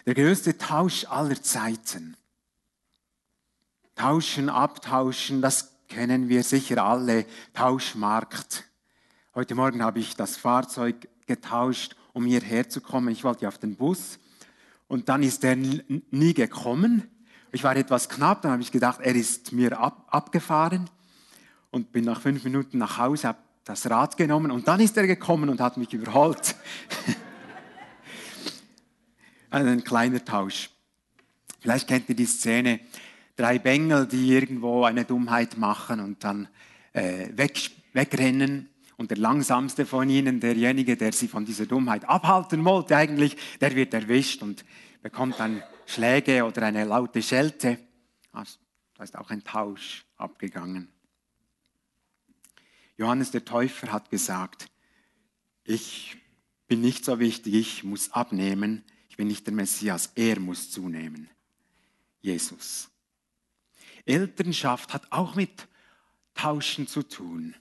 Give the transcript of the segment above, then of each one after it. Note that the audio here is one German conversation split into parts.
Der größte Tausch aller Zeiten. Tauschen, abtauschen, das kennen wir sicher alle. Tauschmarkt. Heute Morgen habe ich das Fahrzeug getauscht, um hierher zu kommen. Ich wollte auf den Bus und dann ist er nie gekommen. Ich war etwas knapp, dann habe ich gedacht, er ist mir abgefahren und bin nach 5 Minuten nach Hause, habe das Rad genommen und dann ist er gekommen und hat mich überholt. Ein kleiner Tausch. Vielleicht kennt ihr die Szene, 3 Bengel, die irgendwo eine Dummheit machen und dann wegrennen. Und der langsamste von ihnen, derjenige, der sie von dieser Dummheit abhalten wollte eigentlich, der wird erwischt und bekommt dann Schläge oder eine laute Schelte. Also, da ist auch ein Tausch abgegangen. Johannes der Täufer hat gesagt, ich bin nicht so wichtig, ich muss abnehmen. Ich bin nicht der Messias, er muss zunehmen. Jesus. Elternschaft hat auch mit Tauschen zu tun.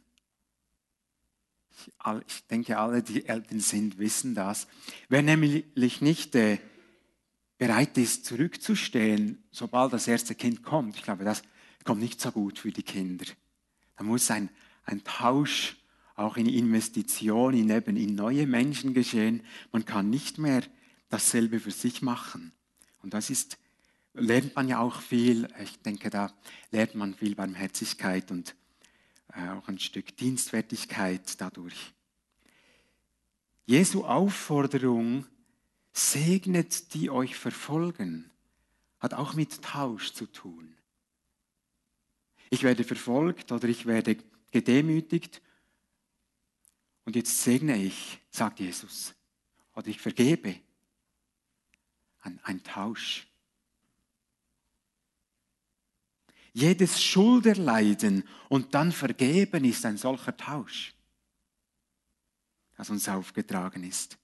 Ich denke, alle, die Eltern sind, wissen das. Wer nämlich nicht bereit ist, zurückzustehen, sobald das erste Kind kommt, ich glaube, das kommt nicht so gut für die Kinder. Da muss ein Tausch, auch in Investition, in neue Menschen geschehen. Man kann nicht mehr dasselbe für sich machen. Und das lernt man ja auch viel. Ich denke, da lernt man viel Barmherzigkeit und auch ein Stück Dienstfertigkeit dadurch. Jesu Aufforderung, segnet die euch verfolgen, hat auch mit Tausch zu tun. Ich werde verfolgt oder ich werde gedemütigt und jetzt segne ich, sagt Jesus, oder ich vergebe. Ein Tausch. Jedes Schulderleiden und dann vergeben ist ein solcher Tausch, das uns aufgetragen ist.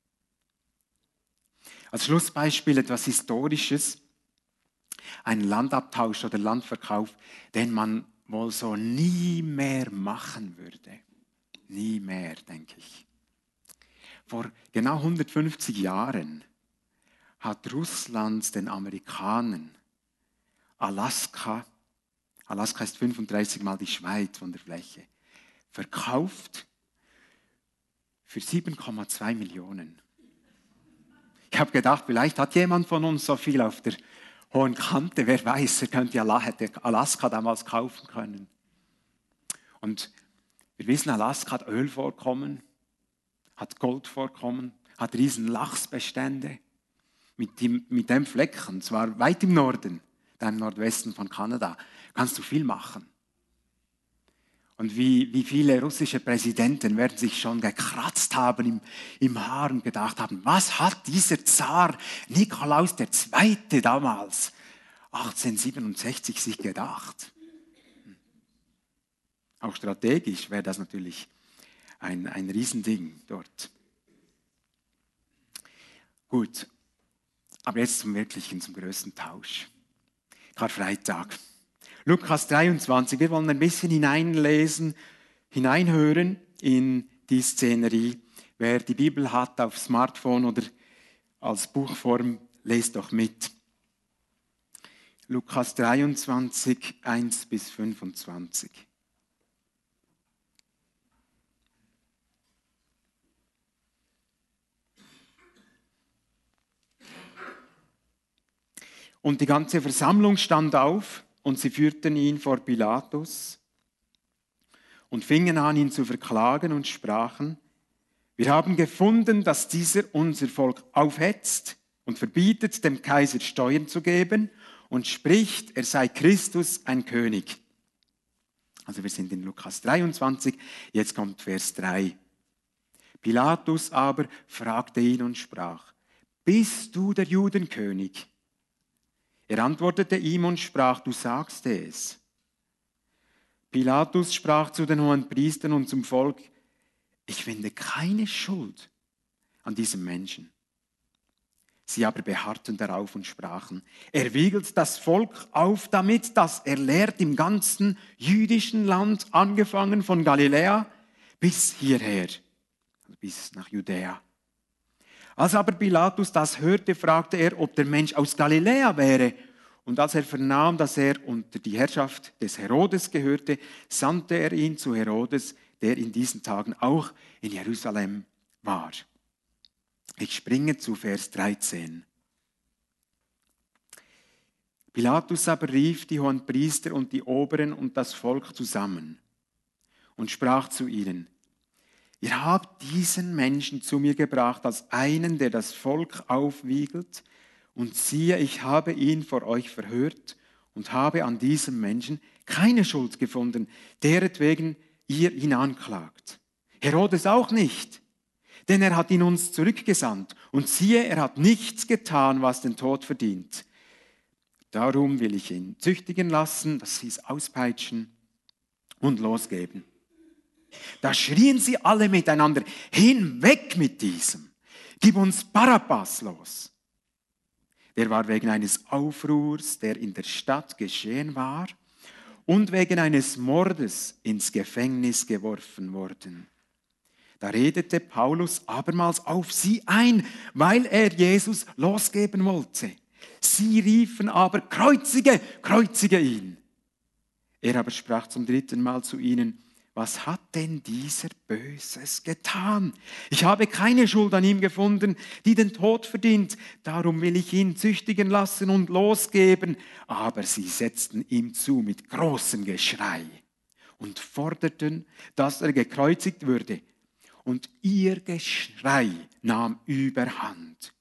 Als Schlussbeispiel etwas Historisches, ein Landabtausch oder Landverkauf, den man wohl so nie mehr machen würde. Nie mehr, denke ich. Vor genau 150 Jahren hat Russland den Amerikanern Alaska ist 35 Mal die Schweiz von der Fläche, verkauft für 7,2 Millionen. Ich habe gedacht, vielleicht hat jemand von uns so viel auf der hohen Kante, wer weiß, er hätte Alaska damals kaufen können. Und wir wissen, Alaska hat Ölvorkommen, hat Goldvorkommen, hat riesen Lachsbestände. Mit dem Flecken, zwar weit im Norden, da im Nordwesten von Kanada, kannst du viel machen. Und wie viele russische Präsidenten werden sich schon gekratzt haben im Haar und gedacht haben, was hat dieser Zar Nikolaus II. Damals 1867 sich gedacht? Auch strategisch wäre das natürlich ein Riesending dort. Gut. Aber jetzt zum größten Tausch. Karfreitag. Lukas 23. Wir wollen ein bisschen hineinhören in die Szenerie. Wer die Bibel hat auf Smartphone oder als Buchform, lest doch mit. Lukas 23, 1 bis 25. Und die ganze Versammlung stand auf und sie führten ihn vor Pilatus und fingen an, ihn zu verklagen und sprachen, wir haben gefunden, dass dieser unser Volk aufhetzt und verbietet, dem Kaiser Steuern zu geben und spricht, er sei Christus, ein König. Also wir sind in Lukas 23, jetzt kommt Vers 3. Pilatus aber fragte ihn und sprach, bist du der Judenkönig? Er antwortete ihm und sprach, du sagst es. Pilatus sprach zu den Hohenpriestern und zum Volk, ich finde keine Schuld an diesem Menschen. Sie aber beharrten darauf und sprachen, er wiegelt das Volk auf damit, dass er lehrt im ganzen jüdischen Land, angefangen von Galiläa bis hierher, bis nach Judäa. Als aber Pilatus das hörte, fragte er, ob der Mensch aus Galiläa wäre. Und als er vernahm, dass er unter die Herrschaft des Herodes gehörte, sandte er ihn zu Herodes, der in diesen Tagen auch in Jerusalem war. Ich springe zu Vers 13. Pilatus aber rief die Hohenpriester und die Oberen und das Volk zusammen und sprach zu ihnen: Ihr habt diesen Menschen zu mir gebracht als einen, der das Volk aufwiegelt. Und siehe, ich habe ihn vor euch verhört und habe an diesem Menschen keine Schuld gefunden, deretwegen ihr ihn anklagt. Herodes auch nicht, denn er hat ihn uns zurückgesandt. Und siehe, er hat nichts getan, was den Tod verdient. Darum will ich ihn züchtigen lassen, das hieß auspeitschen und losgeben. Da schrien sie alle miteinander: Hinweg mit diesem! Gib uns Barabbas los! Der war wegen eines Aufruhrs, der in der Stadt geschehen war, und wegen eines Mordes ins Gefängnis geworfen worden. Da redete Paulus abermals auf sie ein, weil er Jesus losgeben wollte. Sie riefen aber: Kreuzige, kreuzige ihn! Er aber sprach zum dritten Mal zu ihnen: Was hat denn dieser Böses getan? Ich habe keine Schuld an ihm gefunden, die den Tod verdient. Darum will ich ihn züchtigen lassen und losgeben. Aber sie setzten ihm zu mit großem Geschrei und forderten, dass er gekreuzigt würde. Und ihr Geschrei nahm überhand.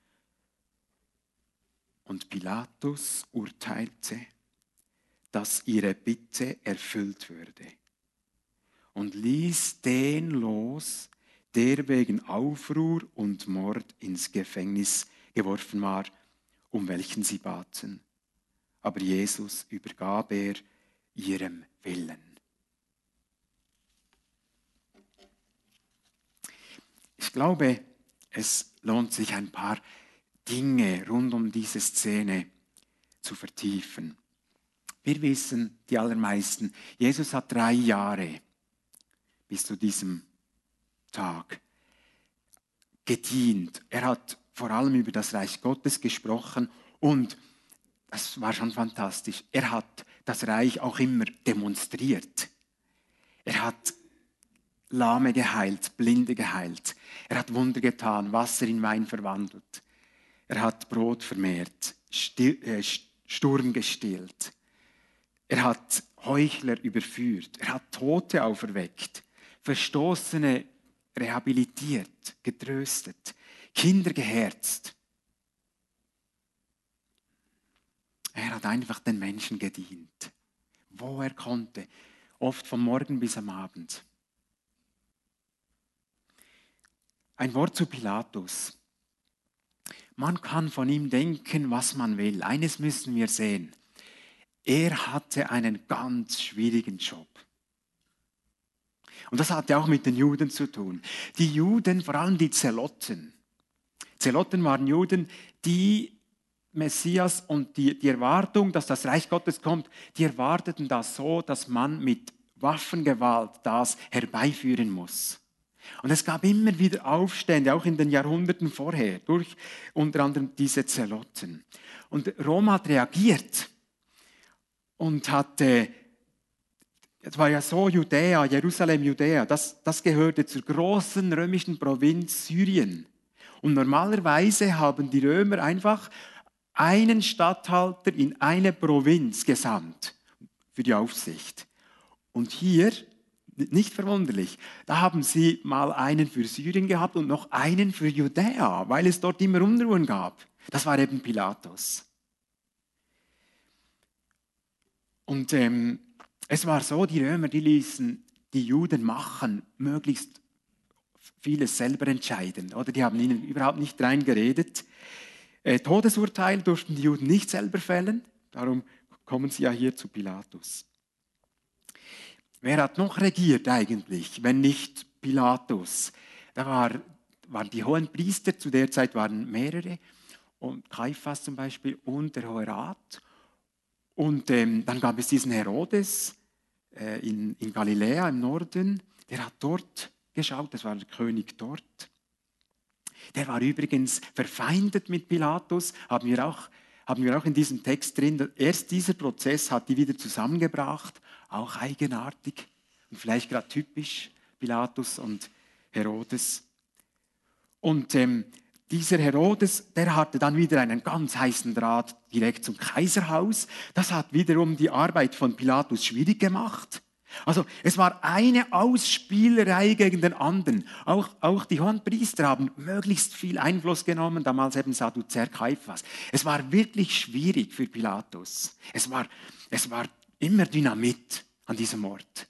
Und Pilatus urteilte, dass ihre Bitte erfüllt würde, und ließ den los, der wegen Aufruhr und Mord ins Gefängnis geworfen war, um welchen sie baten. Aber Jesus übergab er ihrem Willen. Ich glaube, es lohnt sich, ein paar Dinge rund um diese Szene zu vertiefen. Wir wissen, die allermeisten, Jesus hat 3 Jahre bis zu diesem Tag gedient. Er hat vor allem über das Reich Gottes gesprochen und das war schon fantastisch. Er hat das Reich auch immer demonstriert. Er hat Lahme geheilt, Blinde geheilt. Er hat Wunder getan, Wasser in Wein verwandelt. Er hat Brot vermehrt, Sturm gestillt. Er hat Heuchler überführt. Er hat Tote auferweckt. Verstoßene rehabilitiert, getröstet, Kinder geherzt. Er hat einfach den Menschen gedient, wo er konnte, oft vom Morgen bis am Abend. Ein Wort zu Pilatus. Man kann von ihm denken, was man will. Eines müssen wir sehen. Er hatte einen ganz schwierigen Job. Und das hatte auch mit den Juden zu tun. Die Juden, vor allem die Zeloten. Zeloten waren Juden, die Messias und die Erwartung, dass das Reich Gottes kommt, die erwarteten das so, dass man mit Waffengewalt das herbeiführen muss. Und es gab immer wieder Aufstände, auch in den Jahrhunderten vorher, durch unter anderem diese Zeloten. Und Rom hat reagiert und hatte, es war ja so, Judäa, Jerusalem, Judäa, das gehörte zur großen römischen Provinz Syrien. Und normalerweise haben die Römer einfach einen Statthalter in eine Provinz gesandt für die Aufsicht. Und hier, nicht verwunderlich, da haben sie mal einen für Syrien gehabt und noch einen für Judäa, weil es dort immer Unruhen gab. Das war eben Pilatus. Und es war so, die Römer, die ließen die Juden machen, möglichst vieles selber entscheiden. Oder die haben ihnen überhaupt nicht reingeredet. Todesurteil durften die Juden nicht selber fällen, darum kommen sie ja hier zu Pilatus. Wer hat noch regiert eigentlich, wenn nicht Pilatus? Da waren die hohen Priester, zu der Zeit waren mehrere, und Kaiphas zum Beispiel und der Hohe Rat. Und dann gab es diesen Herodes in Galiläa im Norden, der hat dort geschaut, das war der König dort. Der war übrigens verfeindet mit Pilatus, haben wir auch in diesem Text drin. Erst dieser Prozess hat die wieder zusammengebracht, auch eigenartig und vielleicht gerade typisch, Pilatus und Herodes. Und dieser Herodes, der hatte dann wieder einen ganz heißen Draht direkt zum Kaiserhaus. Das hat wiederum die Arbeit von Pilatus schwierig gemacht. Also es war eine Ausspielerei gegen den anderen. Auch die Hohenpriester haben möglichst viel Einfluss genommen, damals eben Sadduzäer Kaiphas. Es war wirklich schwierig für Pilatus. Es war immer Dynamit an diesem Ort.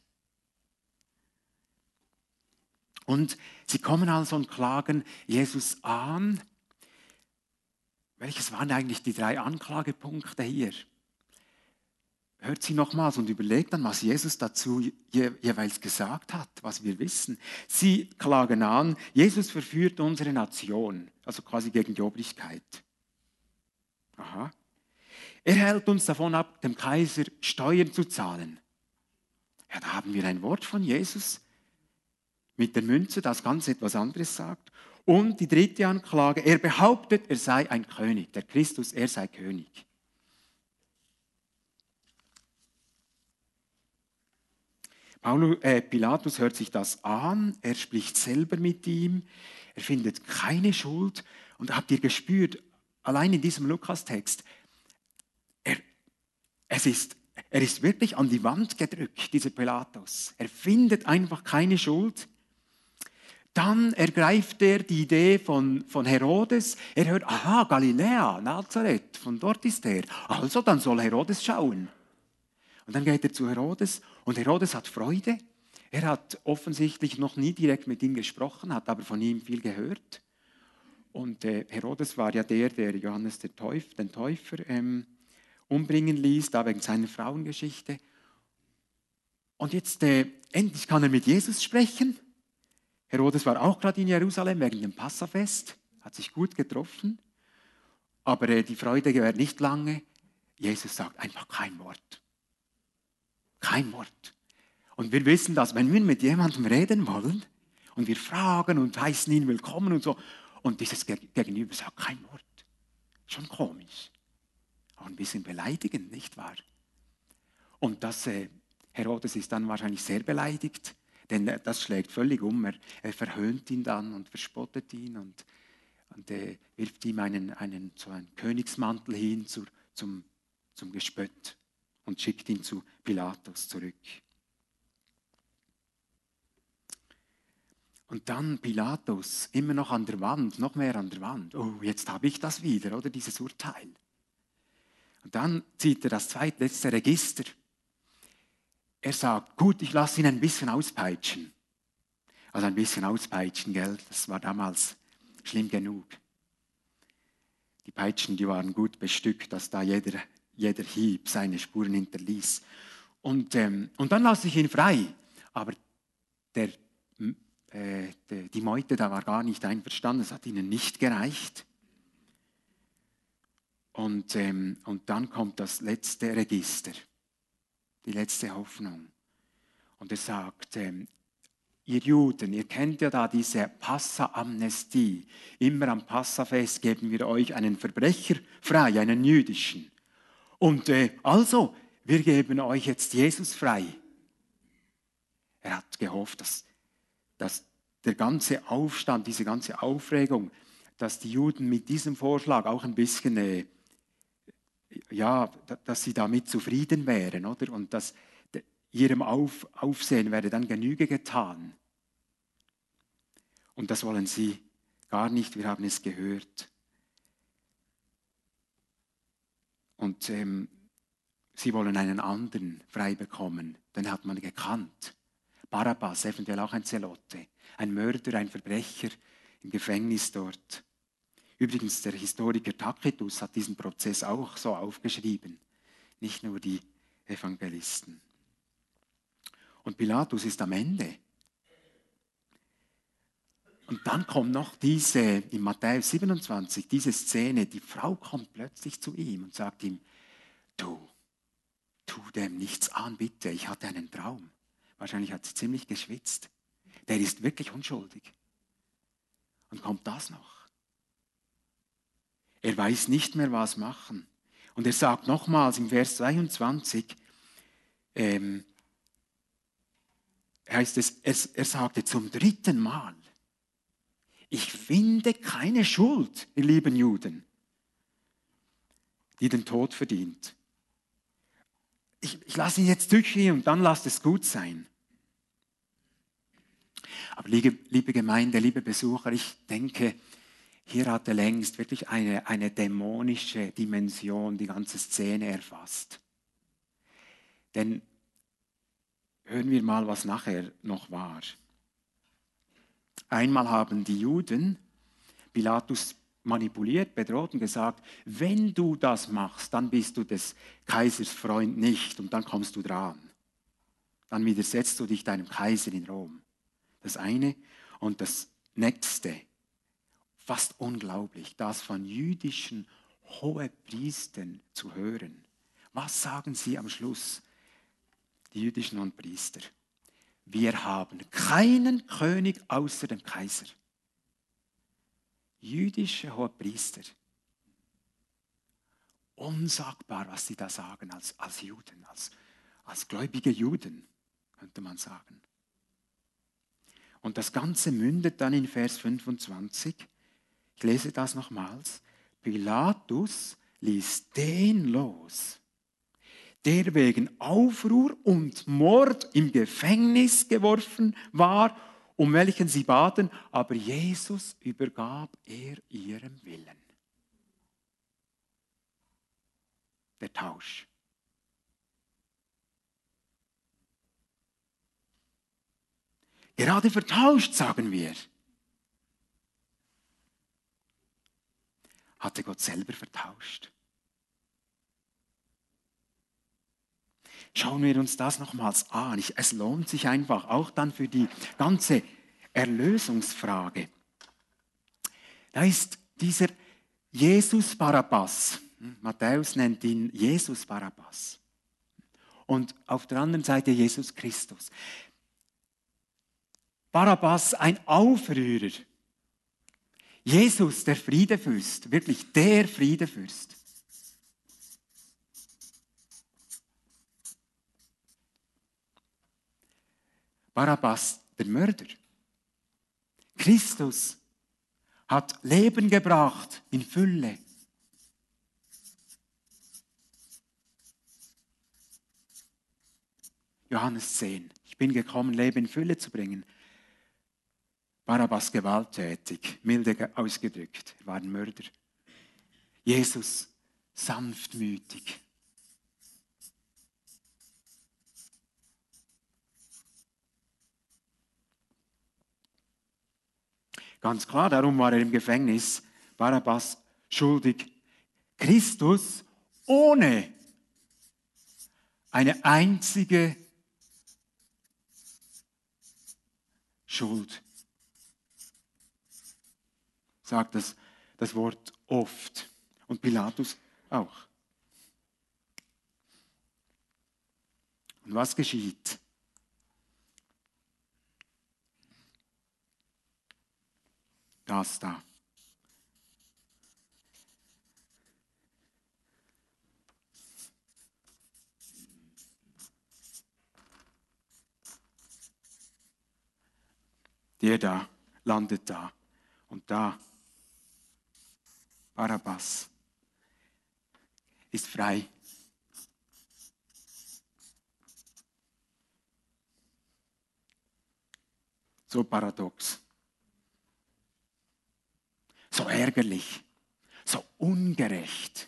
Und sie kommen also und klagen Jesus an. Welches waren eigentlich die 3 Anklagepunkte hier? Hört sie nochmals und überlegt dann, was Jesus dazu jeweils gesagt hat, was wir wissen. Sie klagen an, Jesus verführt unsere Nation, also quasi gegen die Obrigkeit. Aha. Er hält uns davon ab, dem Kaiser Steuern zu zahlen. Ja, da haben wir ein Wort von Jesus mit der Münze, das ganz etwas anderes sagt. Und die 3. Anklage, er behauptet, er sei ein König, der Christus, er sei König. Pilatus hört sich das an, er spricht selber mit ihm, er findet keine Schuld. Und habt ihr gespürt, allein in diesem Lukas-Text, er ist wirklich an die Wand gedrückt, dieser Pilatus. Er findet einfach keine Schuld. Dann ergreift er die Idee von Herodes. Er hört, aha, Galiläa, Nazareth, von dort ist er. Also, dann soll Herodes schauen. Und dann geht er zu Herodes und Herodes hat Freude. Er hat offensichtlich noch nie direkt mit ihm gesprochen, hat aber von ihm viel gehört. Und Herodes war ja der Johannes den Täufer umbringen ließ, da wegen seiner Frauengeschichte. Und jetzt endlich kann er mit Jesus sprechen. Herodes war auch gerade in Jerusalem wegen dem Passafest, hat sich gut getroffen. Aber die Freude gewährt nicht lange. Jesus sagt einfach kein Wort. Kein Wort. Und wir wissen, dass wenn wir mit jemandem reden wollen und wir fragen und heißen ihn willkommen und so, und dieses Gegenüber sagt kein Wort. Schon komisch. Auch ein bisschen beleidigend, nicht wahr? Und Herodes ist dann wahrscheinlich sehr beleidigt, denn das schlägt völlig um. Er verhöhnt ihn dann und verspottet ihn und wirft ihm einen Königsmantel hin zum Gespött und schickt ihn zu Pilatus zurück. Und dann Pilatus, immer noch an der Wand, noch mehr an der Wand. Oh, jetzt habe ich das wieder, oder dieses Urteil. Und dann zieht er das zweitletzte Register. Er sagt, gut, ich lasse ihn ein bisschen auspeitschen. Also ein bisschen auspeitschen, gell? Das war damals schlimm genug. Die Peitschen, die waren gut bestückt, dass da jeder Hieb seine Spuren hinterließ. Und dann lasse ich ihn frei. Aber die Meute da war gar nicht einverstanden, es hat ihnen nicht gereicht. Und dann kommt das letzte Register, die letzte Hoffnung. Und er sagt, ihr Juden, ihr kennt ja da diese Passa-Amnestie. Immer am Passafest geben wir euch einen Verbrecher frei, einen jüdischen. Und also, wir geben euch jetzt Jesus frei. Er hat gehofft, dass der ganze Aufstand, diese ganze Aufregung, dass die Juden mit diesem Vorschlag auch ein bisschen, dass sie damit zufrieden wären, oder? Und dass ihrem Aufsehen werde dann Genüge getan. Und das wollen sie gar nicht, wir haben es gehört. Und sie wollen einen anderen frei bekommen, den hat man gekannt. Barabbas, eventuell auch ein Zelote, ein Mörder, ein Verbrecher im Gefängnis dort. Übrigens, der Historiker Tacitus hat diesen Prozess auch so aufgeschrieben, nicht nur die Evangelisten. Und Pilatus ist am Ende. Und dann kommt noch in Matthäus 27, diese Szene, die Frau kommt plötzlich zu ihm und sagt ihm, tu dem nichts an, bitte, ich hatte einen Traum. Wahrscheinlich hat sie ziemlich geschwitzt. Der ist wirklich unschuldig. Und kommt das noch? Er weiß nicht mehr, was machen. Und er sagt nochmals im Vers 22, heißt es, er sagte zum dritten Mal, ich finde keine Schuld, ihr lieben Juden, die den Tod verdient. Ich lasse ihn jetzt durchgehen und dann lasst es gut sein. Aber liebe Gemeinde, liebe Besucher, ich denke, hier hat er längst wirklich eine dämonische Dimension die ganze Szene erfasst. Denn hören wir mal, was nachher noch war. Einmal haben die Juden Pilatus manipuliert, bedroht und gesagt, wenn du das machst, dann bist du des Kaisers Freund nicht und dann kommst du dran. Dann widersetzt du dich deinem Kaiser in Rom. Das eine. Und das nächste, fast unglaublich, das von jüdischen Hohepriestern zu hören. Was sagen sie am Schluss, die jüdischen Hohepriester? Wir haben keinen König außer dem Kaiser. Jüdische Hohepriester. Unsagbar, was sie da sagen als Juden, als gläubige Juden, könnte man sagen. Und das Ganze mündet dann in Vers 25. Ich lese das nochmals. Pilatus ließ den los, der wegen Aufruhr und Mord im Gefängnis geworfen war, um welchen sie baten, aber Jesus übergab er ihrem Willen. Der Tausch. Gerade vertauscht, sagen wir. Hatte Gott selber vertauscht. Schauen wir uns das nochmals an. Es lohnt sich einfach, auch dann für die ganze Erlösungsfrage. Da ist dieser Jesus Barabbas. Matthäus nennt ihn Jesus Barabbas. Und auf der anderen Seite Jesus Christus. Barabbas, ein Aufrührer. Jesus, der Friedefürst, wirklich der Friedefürst. Barabbas, der Mörder. Christus hat Leben gebracht in Fülle. Johannes 10. Ich bin gekommen, Leben in Fülle zu bringen. Barabbas gewalttätig, milde ausgedrückt. Er war ein Mörder. Jesus sanftmütig. Ganz klar, darum war er im Gefängnis. Barabbas schuldig. Christus ohne eine einzige Schuld. Sagt das Wort oft. Und Pilatus auch. Und was geschieht? Das da. Der da landet da. Und da, Barabbas, ist frei. So paradox. So ärgerlich. So ungerecht.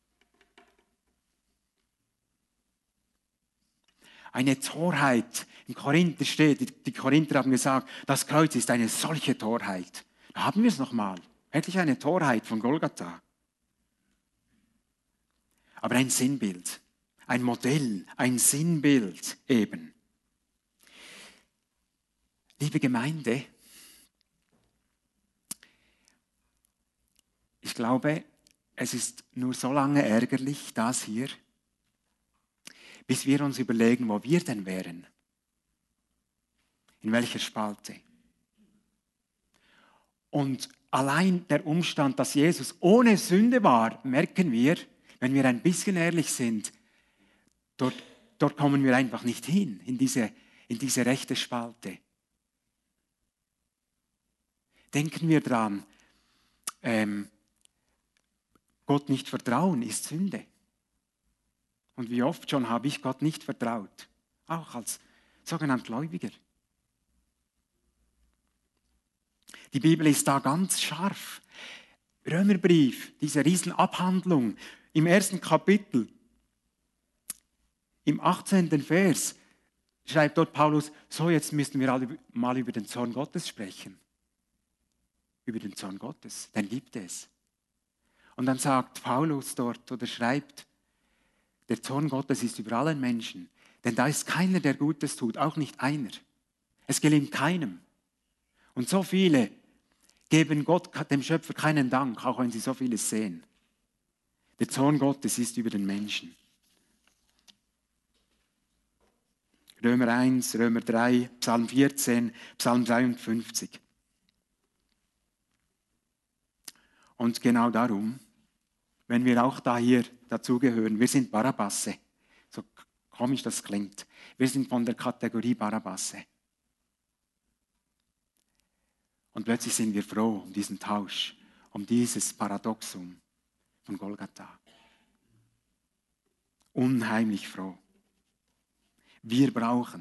Eine Torheit. Im Korinther steht, die Korinther haben gesagt, das Kreuz ist eine solche Torheit. Da haben wir es nochmal. Wirklich eine Torheit von Golgatha. Aber ein Sinnbild, ein Modell, ein Sinnbild eben. Liebe Gemeinde, ich glaube, es ist nur so lange ärgerlich, das hier, bis wir uns überlegen, wo wir denn wären. In welcher Spalte. Und allein der Umstand, dass Jesus ohne Sünde war, merken wir, wenn wir ein bisschen ehrlich sind, dort kommen wir einfach nicht hin, in diese rechte Spalte. Denken wir dran, Gott nicht vertrauen ist Sünde. Und wie oft schon habe ich Gott nicht vertraut, auch als sogenannter Gläubiger. Die Bibel ist da ganz scharf. Römerbrief, diese Riesenabhandlung, im 1. Kapitel, im 18. Vers, schreibt dort Paulus, so jetzt müssen wir alle mal über den Zorn Gottes sprechen. Über den Zorn Gottes, den gibt es. Und dann sagt Paulus dort oder schreibt, der Zorn Gottes ist über allen Menschen, denn da ist keiner, der Gutes tut, auch nicht einer. Es gelingt keinem. Und so viele geben Gott, dem Schöpfer, keinen Dank, auch wenn sie so vieles sehen. Der Zorn Gottes ist über den Menschen. Römer 1, Römer 3, Psalm 14, Psalm 53. Und genau darum, wenn wir auch da hier dazugehören, wir sind Barabbasse, so komisch das klingt, wir sind von der Kategorie Barabbasse. Und plötzlich sind wir froh um diesen Tausch, um dieses Paradoxum von Golgatha. Unheimlich froh. Ich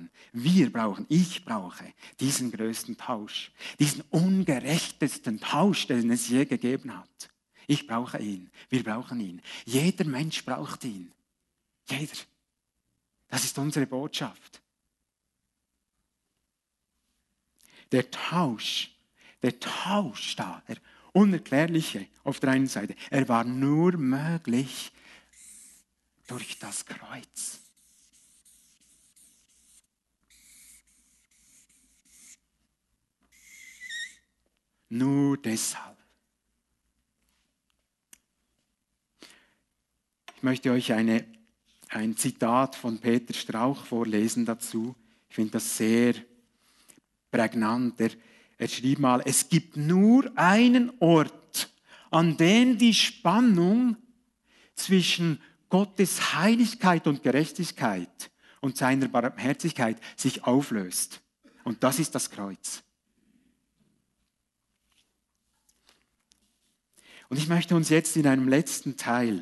brauche diesen größten Tausch, diesen ungerechtesten Tausch, den es je gegeben hat. Ich brauche ihn, wir brauchen ihn. Jeder Mensch braucht ihn. Jeder. Das ist unsere Botschaft. Der Tausch da, der unerklärliche auf der einen Seite, er war nur möglich durch das Kreuz. Nur deshalb. Ich möchte euch ein Zitat von Peter Strauch vorlesen dazu. Ich finde das sehr prägnant. Er schrieb mal, es gibt nur einen Ort, an dem die Spannung zwischen Gottes Heiligkeit und Gerechtigkeit und seiner Barmherzigkeit sich auflöst. Und das ist das Kreuz. Und ich möchte uns jetzt in einem letzten Teil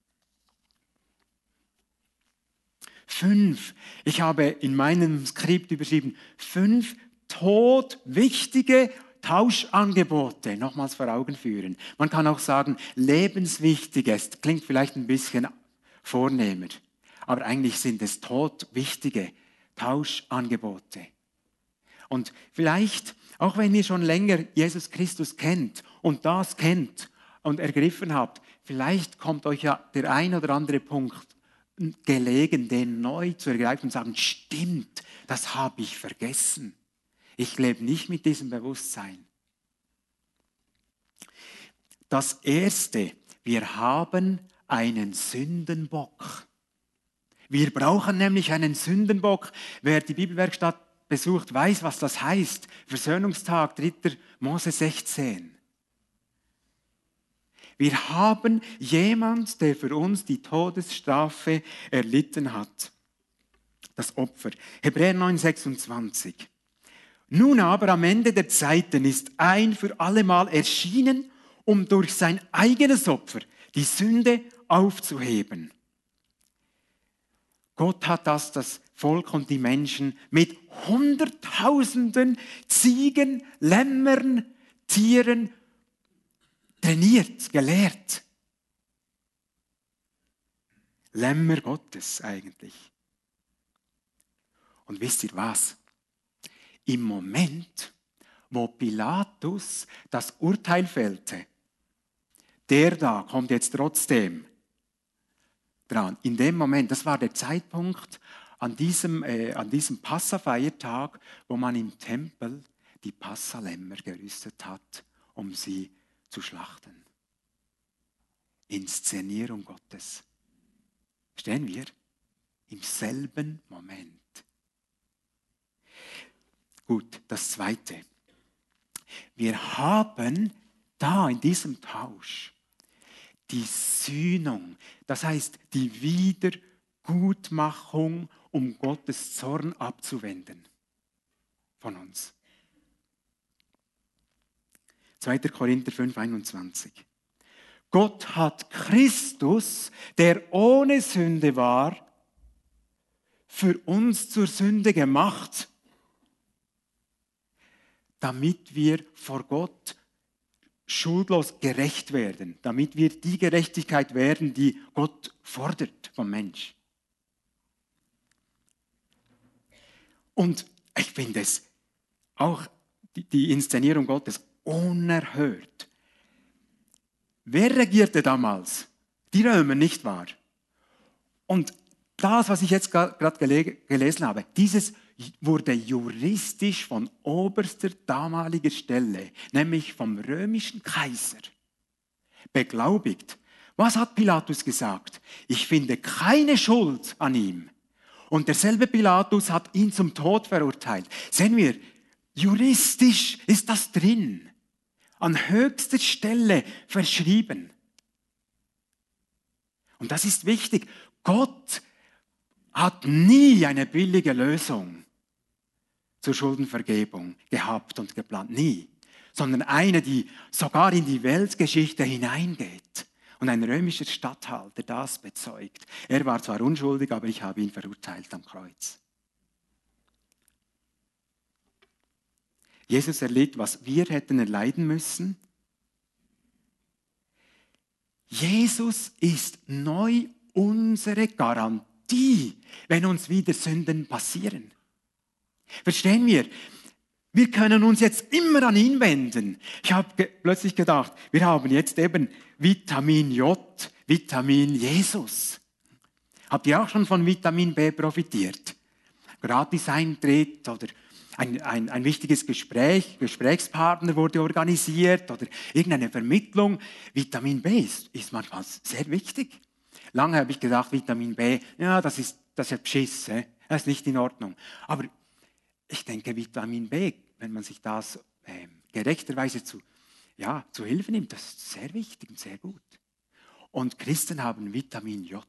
5, ich habe in meinem Skript überschrieben, 5 todwichtige Tauschangebote nochmals vor Augen führen. Man kann auch sagen, lebenswichtiges, klingt vielleicht ein bisschen vornehmer, aber eigentlich sind es todwichtige Tauschangebote. Und vielleicht, auch wenn ihr schon länger Jesus Christus kennt und das kennt und ergriffen habt, vielleicht kommt euch ja der ein oder andere Punkt gelegen, den neu zu ergreifen und sagen, stimmt, das habe ich vergessen. Ich lebe nicht mit diesem Bewusstsein. Das Erste, wir haben einen Sündenbock. Wir brauchen nämlich einen Sündenbock. Wer die Bibelwerkstatt besucht, weiß, was das heißt. Versöhnungstag, 3. Mose 16. Wir haben jemand, der für uns die Todesstrafe erlitten hat. Das Opfer. Hebräer 9,26. Nun aber am Ende der Zeiten ist ein für allemal erschienen, um durch sein eigenes Opfer die Sünde aufzuheben. Gott hat das Volk und die Menschen mit Hunderttausenden Ziegen, Lämmern, Tieren trainiert, gelehrt. Lämmer Gottes eigentlich. Und wisst ihr was? Im Moment, wo Pilatus das Urteil fällte, der da kommt jetzt trotzdem dran. In dem Moment, das war der Zeitpunkt an diesem Passafeiertag, wo man im Tempel die Passalämmer gerüstet hat, um sie zu schlachten. Inszenierung Gottes. Verstehen wir? Im selben Moment. Gut, das Zweite. Wir haben da in diesem Tausch die Sühnung, das heißt die Wiedergutmachung, um Gottes Zorn abzuwenden von uns. 2. Korinther 5, 21. Gott hat Christus, der ohne Sünde war, für uns zur Sünde gemacht, damit wir vor Gott schuldlos gerecht werden, damit wir die Gerechtigkeit werden, die Gott fordert vom Mensch. Und ich finde es auch die Inszenierung Gottes unerhört. Wer regierte damals? Die Römer, nicht wahr? Und das, was ich jetzt gerade gelesen habe, dieses wurde juristisch von oberster damaliger Stelle, nämlich vom römischen Kaiser, beglaubigt. Was hat Pilatus gesagt? Ich finde keine Schuld an ihm. Und derselbe Pilatus hat ihn zum Tod verurteilt. Sehen wir, juristisch ist das drin, an höchster Stelle verschrieben. Und das ist wichtig. Gott hat nie eine billige Lösung zur Schuldenvergebung gehabt und geplant. Nie. Sondern eine, die sogar in die Weltgeschichte hineingeht. Und ein römischer Statthalter das bezeugt. Er war zwar unschuldig, aber ich habe ihn verurteilt am Kreuz. Jesus erlitt, was wir hätten erleiden müssen. Jesus ist neu unsere Garantie, wenn uns wieder Sünden passieren. Verstehen wir? Wir können uns jetzt immer an ihn wenden. Ich habe plötzlich gedacht, wir haben jetzt eben Vitamin J, Vitamin Jesus. Habt ihr auch schon von Vitamin B profitiert? Gratis-Eintritt oder ein wichtiges Gesprächspartner wurde organisiert oder irgendeine Vermittlung. Vitamin B ist manchmal sehr wichtig. Lange habe ich gedacht, Vitamin B, ja, das ist Beschiss, das ist nicht in Ordnung. Aber ich denke, Vitamin B, wenn man sich das gerechterweise zu Hilfe nimmt, das ist sehr wichtig und sehr gut. Und Christen haben Vitamin J.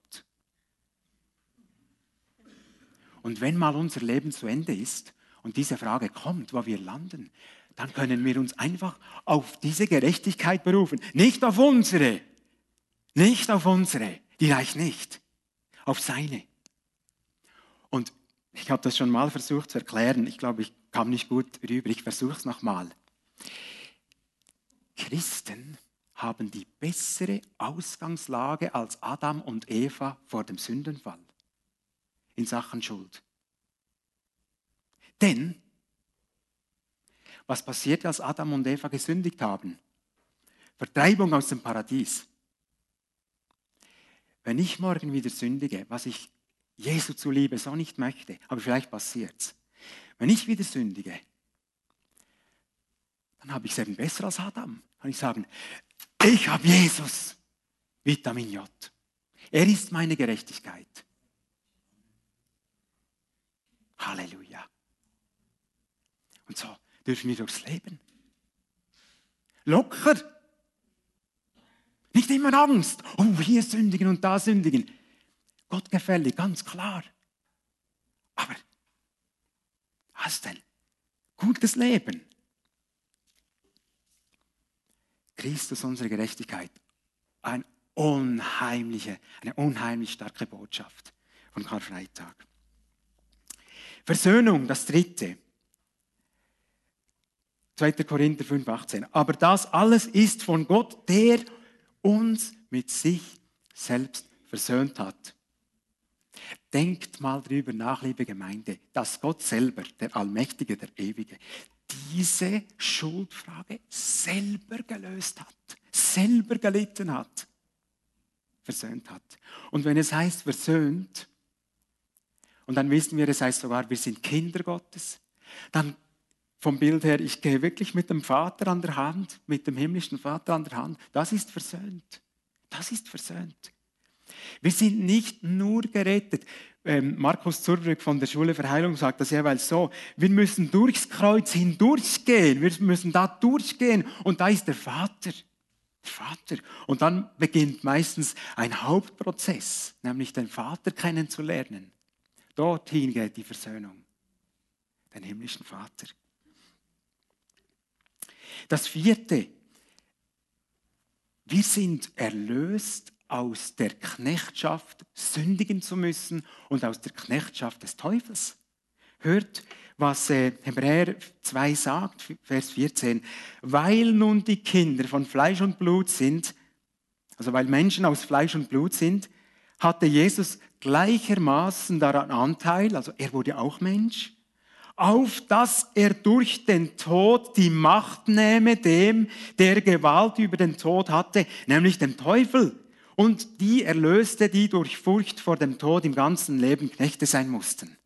Und wenn mal unser Leben zu Ende ist und diese Frage kommt, wo wir landen, dann können wir uns einfach auf diese Gerechtigkeit berufen. Nicht auf unsere, die reicht nicht, auf seine. Und ich habe das schon mal versucht zu erklären. Ich glaube, ich kam nicht gut rüber. Ich versuche es nochmal. Christen haben die bessere Ausgangslage als Adam und Eva vor dem Sündenfall in Sachen Schuld. Denn, was passiert, als Adam und Eva gesündigt haben? Vertreibung aus dem Paradies. Wenn ich morgen wieder sündige, was ich Jesu zuliebe so nicht möchte, aber vielleicht passiert es. Wenn ich wieder sündige, dann habe ich es eben besser als Adam. Kann ich sagen, ich habe Jesus, Vitamin J. Er ist meine Gerechtigkeit. Halleluja. Und so dürfen wir durchs Leben. Locker. Nicht immer Angst. Oh, hier sündigen und da sündigen. Gott gefällig, ganz klar. Aber hast ein gutes Leben. Christus, unsere Gerechtigkeit. Eine unheimlich starke Botschaft von Karfreitag. Versöhnung, das dritte. 2. Korinther 5, 18. Aber das alles ist von Gott, der uns mit sich selbst versöhnt hat. Denkt mal drüber nach, liebe Gemeinde, dass Gott selber, der Allmächtige, der Ewige, diese Schuldfrage selber gelöst hat, selber gelitten hat, versöhnt hat. Und wenn es heißt versöhnt, und dann wissen wir, es heißt sogar, wir sind Kinder Gottes, dann vom Bild her, ich gehe wirklich mit dem Vater an der Hand, mit dem himmlischen Vater an der Hand, das ist versöhnt. Das ist versöhnt. Wir sind nicht nur gerettet. Markus Zurbrück von der Schule für Heilung sagt das jeweils so, wir müssen durchs Kreuz hindurchgehen, wir müssen da durchgehen und da ist der Vater. Der Vater. Und dann beginnt meistens ein Hauptprozess, nämlich den Vater kennenzulernen. Dorthin geht die Versöhnung, den himmlischen Vater. Das vierte, wir sind erlöst aus der Knechtschaft, sündigen zu müssen und aus der Knechtschaft des Teufels. Hört, was Hebräer 2 sagt, Vers 14. Weil nun die Kinder von Fleisch und Blut sind, also weil Menschen aus Fleisch und Blut sind, hatte Jesus gleichermaßen daran Anteil, also er wurde auch Mensch, auf dass er durch den Tod die Macht nehme dem, der Gewalt über den Tod hatte, nämlich dem Teufel, und die erlöste, die durch Furcht vor dem Tod im ganzen Leben Knechte sein mussten.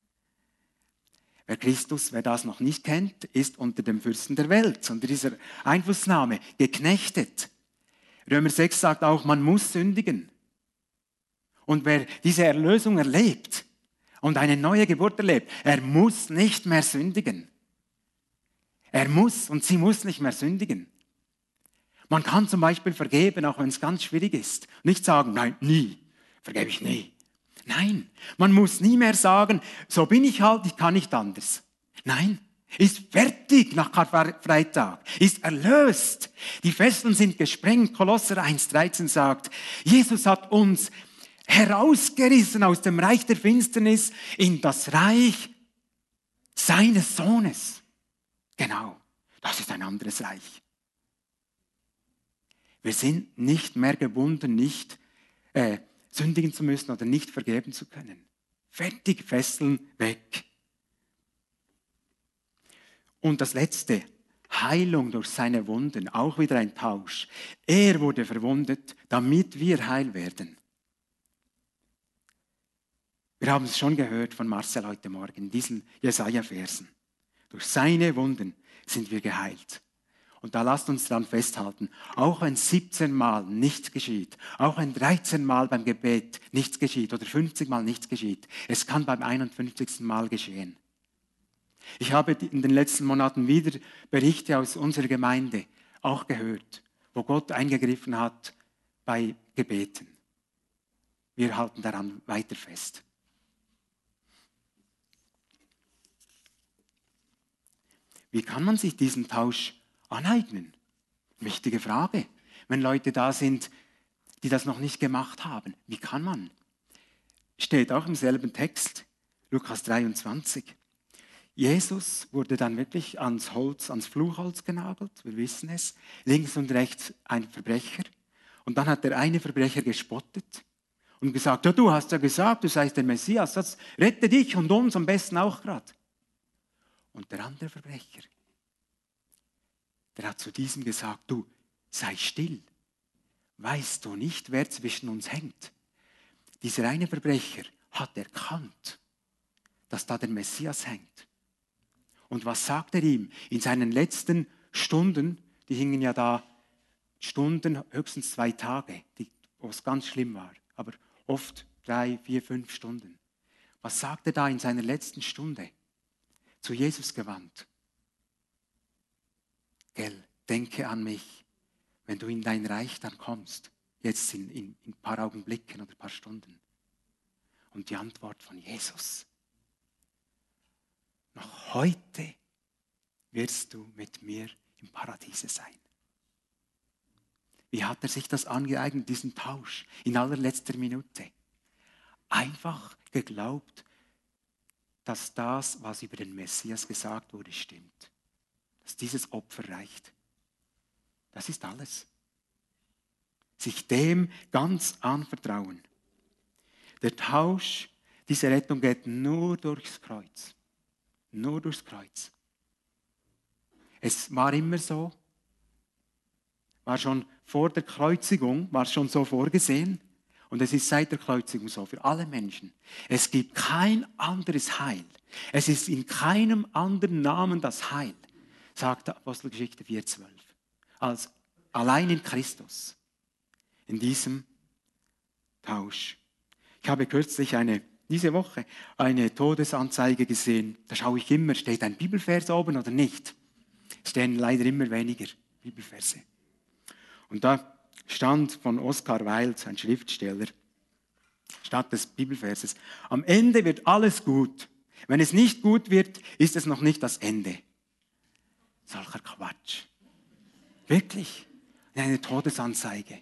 Wer das noch nicht kennt, ist unter dem Fürsten der Welt, unter dieser Einflussnahme, geknechtet. Römer 6 sagt auch, man muss sündigen. Und wer diese Erlösung erlebt, und eine neue Geburt erlebt, er muss nicht mehr sündigen. Er muss und sie muss nicht mehr sündigen. Man kann zum Beispiel vergeben, auch wenn es ganz schwierig ist. Nicht sagen, nein, nie, vergebe ich nie. Nein, man muss nie mehr sagen, so bin ich halt, ich kann nicht anders. Nein, ist fertig nach Karfreitag, ist erlöst. Die Fesseln sind gesprengt. Kolosser 1,13 sagt, Jesus hat uns herausgerissen aus dem Reich der Finsternis in das Reich seines Sohnes. Genau, das ist ein anderes Reich. Wir sind nicht mehr gebunden, nicht sündigen zu müssen oder nicht vergeben zu können. Fertig, Fesseln weg. Und das Letzte, Heilung durch seine Wunden, auch wieder ein Tausch. Er wurde verwundet, damit wir heil werden. Wir haben es schon gehört von Marcel heute Morgen, in diesen Jesaja-Versen. Durch seine Wunden sind wir geheilt. Und da lasst uns dran festhalten, auch wenn 17 Mal nichts geschieht, auch wenn 13 Mal beim Gebet nichts geschieht oder 50 Mal nichts geschieht, es kann beim 51. Mal geschehen. Ich habe in den letzten Monaten wieder Berichte aus unserer Gemeinde auch gehört, wo Gott eingegriffen hat bei Gebeten. Wir halten daran weiter fest. Wie kann man sich diesen Tausch aneignen? Wichtige Frage. Wenn Leute da sind, die das noch nicht gemacht haben, wie kann man? Steht auch im selben Text, Lukas 23. Jesus wurde dann wirklich ans Fluchholz genagelt, wir wissen es. Links und rechts ein Verbrecher. Und dann hat der eine Verbrecher gespottet und gesagt, ja, du hast ja gesagt, du seist der Messias, das rette dich und uns am besten auch gerade. Und der andere Verbrecher, der hat zu diesem gesagt, du, sei still. Weißt du nicht, wer zwischen uns hängt? Dieser eine Verbrecher hat erkannt, dass da der Messias hängt. Und was sagt er ihm? In seinen letzten Stunden, die hingen ja da Stunden, höchstens 2 Tage, wo es ganz schlimm war, aber oft 3, 4, 5 Stunden. Was sagt er da in seiner letzten Stunde? Zu Jesus gewandt. Gell, denke an mich, wenn du in dein Reich dann kommst, jetzt in ein paar Augenblicken oder ein paar Stunden. Und die Antwort von Jesus: Noch heute wirst du mit mir im Paradiese sein. Wie hat er sich das angeeignet, diesen Tausch in allerletzter Minute? Einfach geglaubt, dass das, was über den Messias gesagt wurde, stimmt. Dass dieses Opfer reicht. Das ist alles. Sich dem ganz anvertrauen. Der Tausch, diese Rettung geht nur durchs Kreuz. Nur durchs Kreuz. Es war immer so, war schon vor der Kreuzigung, war schon so vorgesehen. Und es ist seit der Kreuzigung so für alle Menschen. Es gibt kein anderes Heil. Es ist in keinem anderen Namen das Heil, sagt Apostelgeschichte 4,12. Als allein in Christus. In diesem Tausch. Ich habe kürzlich diese Woche eine Todesanzeige gesehen. Da schaue ich immer, steht ein Bibelvers oben oder nicht. Es stehen leider immer weniger Bibelverse. Und da stand von Oscar Wilde, ein Schriftsteller, statt des Bibelverses: Am Ende wird alles gut. Wenn es nicht gut wird, ist es noch nicht das Ende. Solcher Quatsch. Wirklich. Eine Todesanzeige.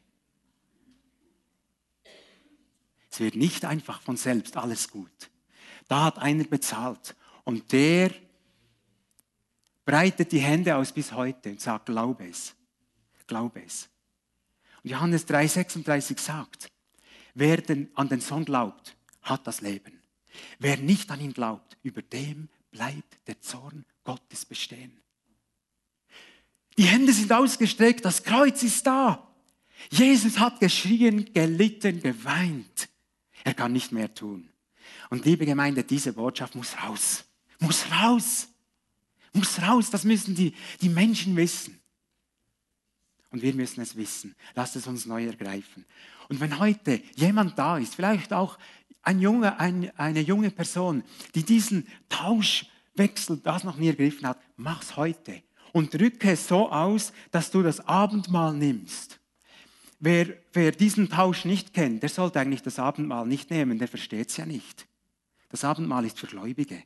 Es wird nicht einfach von selbst alles gut. Da hat einer bezahlt und der breitet die Hände aus bis heute und sagt, glaube es. Glaube es. Und Johannes 3,36 sagt, wer an den Sohn glaubt, hat das Leben. Wer nicht an ihn glaubt, über dem bleibt der Zorn Gottes bestehen. Die Hände sind ausgestreckt, das Kreuz ist da. Jesus hat geschrien, gelitten, geweint. Er kann nicht mehr tun. Und liebe Gemeinde, diese Botschaft muss raus. Muss raus. Muss raus. Das müssen die Menschen wissen. Und wir müssen es wissen. Lasst es uns neu ergreifen. Und wenn heute jemand da ist, vielleicht auch eine junge Person, die diesen Tauschwechsel, das noch nie ergriffen hat, mach's heute. Und drücke es so aus, dass du das Abendmahl nimmst. Wer diesen Tausch nicht kennt, der sollte eigentlich das Abendmahl nicht nehmen, der versteht es ja nicht. Das Abendmahl ist für Gläubige.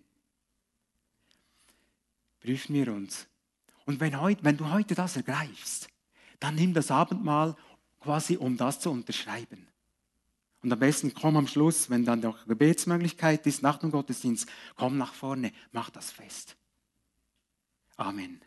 Prüfen wir uns. Und wenn du heute das ergreifst, dann nimm das Abendmahl quasi, um das zu unterschreiben. Und am besten komm am Schluss, wenn dann noch Gebetsmöglichkeit ist, nach dem Gottesdienst, komm nach vorne, mach das fest. Amen.